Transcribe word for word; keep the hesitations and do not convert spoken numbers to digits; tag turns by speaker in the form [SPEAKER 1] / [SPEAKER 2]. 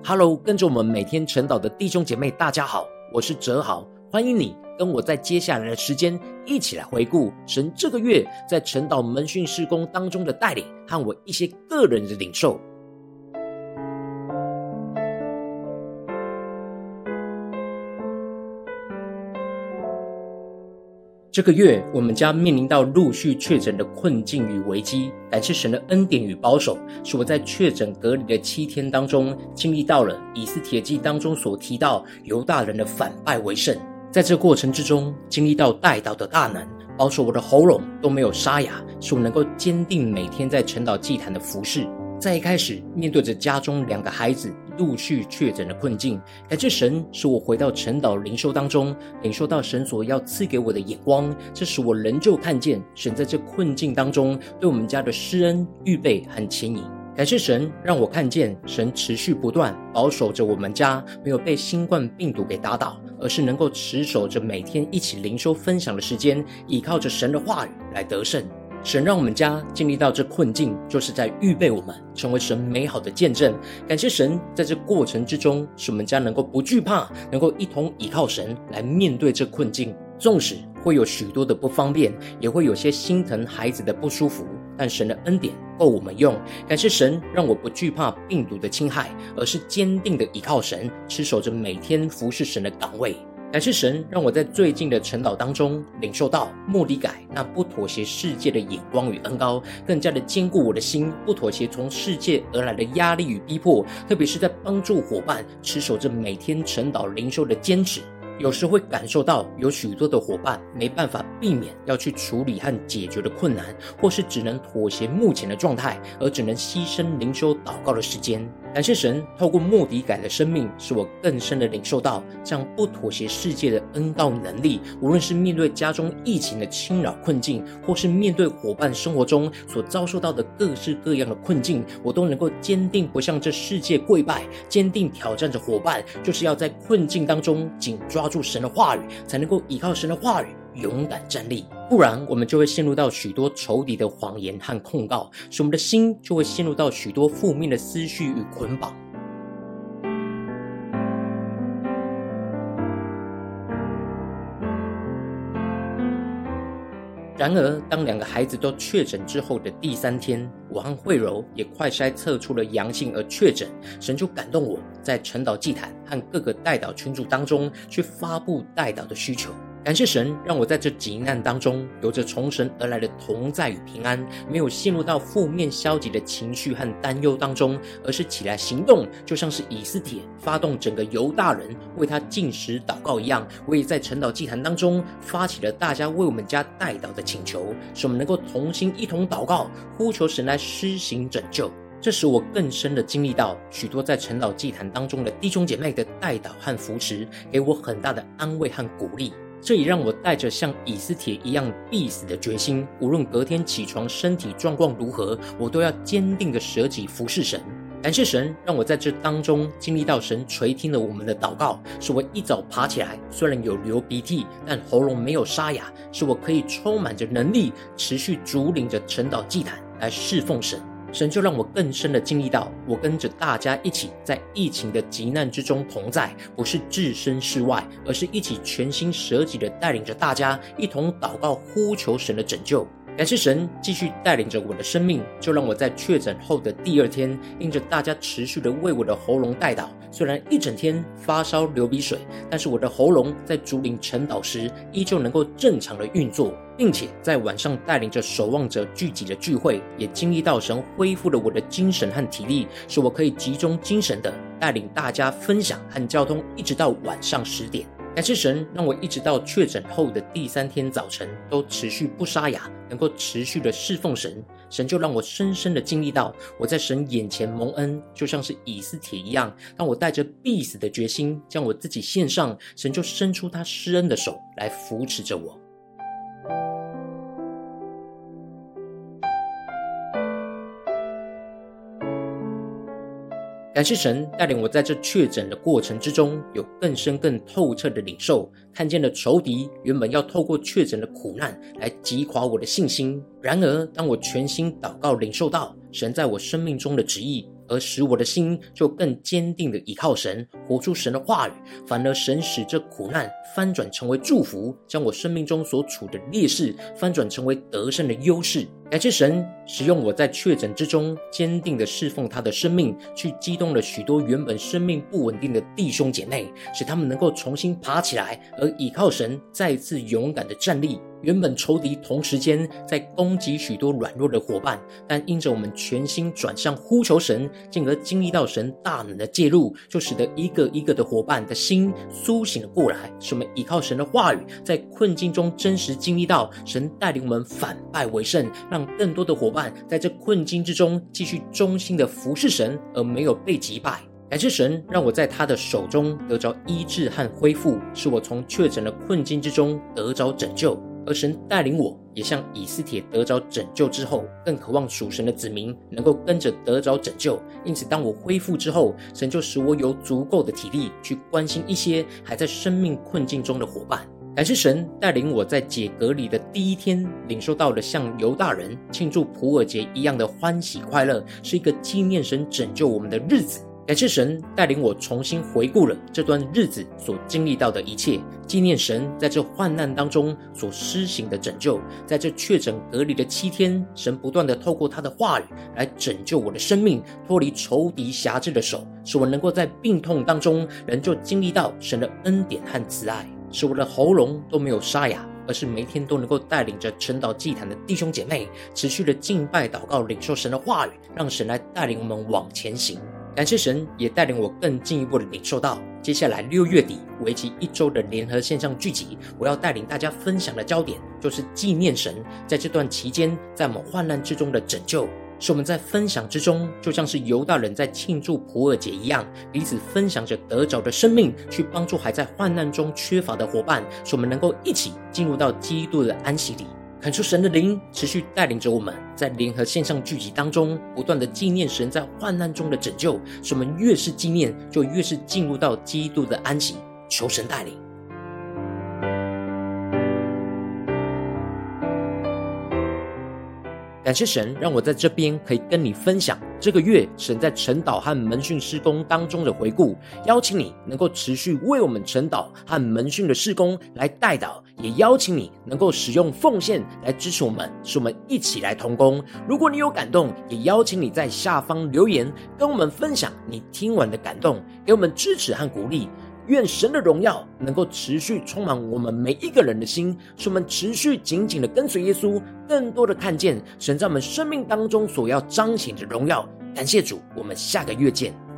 [SPEAKER 1] Hello， 跟着我们每天晨祷的弟兄姐妹，大家好，我是哲豪，欢迎你跟我在接下来的时间一起来回顾神这个月在晨祷门训事工当中的带领和我一些个人的领受。这个月我们将面临到陆续确诊的困境与危机，感谢神的恩典与保守，使我在确诊隔离的七天当中，经历到了以斯帖记当中所提到犹大人的反败为胜。在这过程之中，经历到代祷的大能，保守我的喉咙都没有沙哑，使我能够坚定每天在晨祷祭坛的服事。在一开始面对着家中两个孩子陆续确诊的困境，感谢神使我回到晨祷灵修当中，领受到神所要赐给我的眼光，这使我仍旧看见神在这困境当中对我们家的施恩、预备和牵引。感谢神让我看见神持续不断保守着我们家没有被新冠病毒给打倒，而是能够持守着每天一起灵修分享的时间，依靠着神的话语来得胜。神让我们家经历到这困境，就是在预备我们成为神美好的见证。感谢神在这过程之中，使我们家能够不惧怕，能够一同依靠神来面对这困境。纵使会有许多的不方便，也会有些心疼孩子的不舒服，但神的恩典够我们用。感谢神让我不惧怕病毒的侵害，而是坚定的依靠神，持守着每天服侍神的岗位。感谢神让我在最近的晨祷当中领受到末底改那不妥协世界的眼光与恩膏，更加的坚固我的心，不妥协从世界而来的压力与逼迫，特别是在帮助伙伴持守着每天晨祷灵修的坚持。有时会感受到有许多的伙伴没办法避免要去处理和解决的困难，或是只能妥协目前的状态，而只能牺牲灵修祷告的时间。感谢神透过末底改的生命，使我更深的领受到这样不妥协世界的恩膏能力。无论是面对家中疫情的侵扰困境，或是面对伙伴生活中所遭受到的各式各样的困境，我都能够坚定不向这世界跪拜，坚定挑战着伙伴，就是要在困境当中紧抓住神的话语，才能够依靠神的话语勇敢站立，不然我们就会陷入到许多仇敌的谎言和控告，使我们的心就会陷入到许多负面的思绪与捆绑。然而当两个孩子都确诊之后的第三天，我和慧柔也快筛测出了阳性而确诊，神就感动我在晨祷祭坛和各个代祷群组当中去发布代祷的需求。感谢神让我在这急难当中有着从神而来的同在与平安，没有陷入到负面消极的情绪和担忧当中，而是起来行动，就像是以斯帖发动整个犹大人为他禁食祷告一样。我也在晨祷祭坛当中发起了大家为我们家代祷的请求，使我们能够同心一同祷告，呼求神来施行拯救。这使我更深的经历到许多在晨祷祭坛当中的弟兄姐妹的代祷和扶持，给我很大的安慰和鼓励。这也让我带着像以斯帖一样必死的决心，无论隔天起床身体状况如何，我都要坚定的舍己服侍神。感谢神让我在这当中经历到神垂听了我们的祷告，使我一早爬起来，虽然有流鼻涕，但喉咙没有沙哑，使我可以充满着能力，持续主领着晨祷祭坛来侍奉神。神就让我更深的经历到，我跟着大家一起在疫情的急难之中同在，不是置身事外，而是一起全心舍己的带领着大家一同祷告，呼求神的拯救。感谢神继续带领着我的生命，就让我在确诊后的第二天，因着大家持续的为我的喉咙代祷，虽然一整天发烧流鼻水，但是我的喉咙在主领晨祷时依旧能够正常的运作，并且在晚上带领着守望者聚集的聚会，也经历到神恢复了我的精神和体力，使我可以集中精神的带领大家分享和交通，一直到晚上十点。感谢神让我一直到确诊后的第三天早晨都持续不沙哑，能够持续的侍奉神。神就让我深深的经历到我在神眼前蒙恩，就像是以斯帖一样，当我带着必死的决心将我自己献上，神就伸出他施恩的手来扶持着我。感谢神带领我在这确诊的过程之中，有更深更透彻的领受，看见了仇敌原本要透过确诊的苦难来击垮我的信心。然而当我全心祷告领受到神在我生命中的旨意，而而使我的心就更坚定的倚靠神，活出神的话语。反而神使这苦难翻转成为祝福，将我生命中所处的劣势翻转成为得胜的优势。感谢神使用我在确诊之中坚定的侍奉他的生命，去激动了许多原本生命不稳定的弟兄姐妹，使他们能够重新爬起来，而倚靠神再一次勇敢的站立。原本仇敌同时间在攻击许多软弱的伙伴，但因着我们全心转向呼求神，进而经历到神大能的介入，就使得一个一个的伙伴的心苏醒了过来，使我们依靠神的话语，在困境中真实经历到神带领我们反败为胜，让更多的伙伴在这困境之中继续忠心的服侍神，而没有被击败。感谢神让我在他的手中得着医治和恢复，使我从确诊的困境之中得着拯救。而神带领我也像以斯帖得着拯救之后，更渴望属神的子民能够跟着得着拯救。因此当我恢复之后，神就使我有足够的体力去关心一些还在生命困境中的伙伴。感谢神带领我在解隔离的第一天，领受到了像犹大人庆祝普珥节一样的欢喜快乐，是一个纪念神拯救我们的日子。感谢神带领我重新回顾了这段日子所经历到的一切，纪念神在这患难当中所施行的拯救。在这确诊隔离的七天，神不断的透过他的话语来拯救我的生命，脱离仇敌辖制的手，使我能够在病痛当中仍旧经历到神的恩典和慈爱，使我的喉咙都没有沙哑，而是每天都能够带领着晨祷祭坛的弟兄姐妹持续的敬拜祷告，领受神的话语，让神来带领我们往前行。感谢神也带领我更进一步的领受到接下来六月底为期一周的联合线上聚集，我要带领大家分享的焦点就是纪念神在这段期间在我们患难之中的拯救，使我们在分享之中就像是犹大人在庆祝普珥节一样，彼此分享着得着的生命，去帮助还在患难中缺乏的伙伴，使我们能够一起进入到基督的安息里。恳求神的灵持续带领着我们在联合线上聚集当中不断的纪念神在患难中的拯救，使我们越是纪念就越是进入到基督的安息。求神带领。感谢神让我在这边可以跟你分享这个月神在晨祷和门训事工当中的回顾，邀请你能够持续为我们晨祷和门训的事工来代祷，也邀请你能够使用奉献来支持我们，使我们一起来同工。如果你有感动，也邀请你在下方留言跟我们分享你听完的感动，给我们支持和鼓励。愿神的荣耀能够持续充满我们每一个人的心，使我们持续紧紧的跟随耶稣，更多的看见神在我们生命当中所要彰显的荣耀。感谢主，我们下个月见。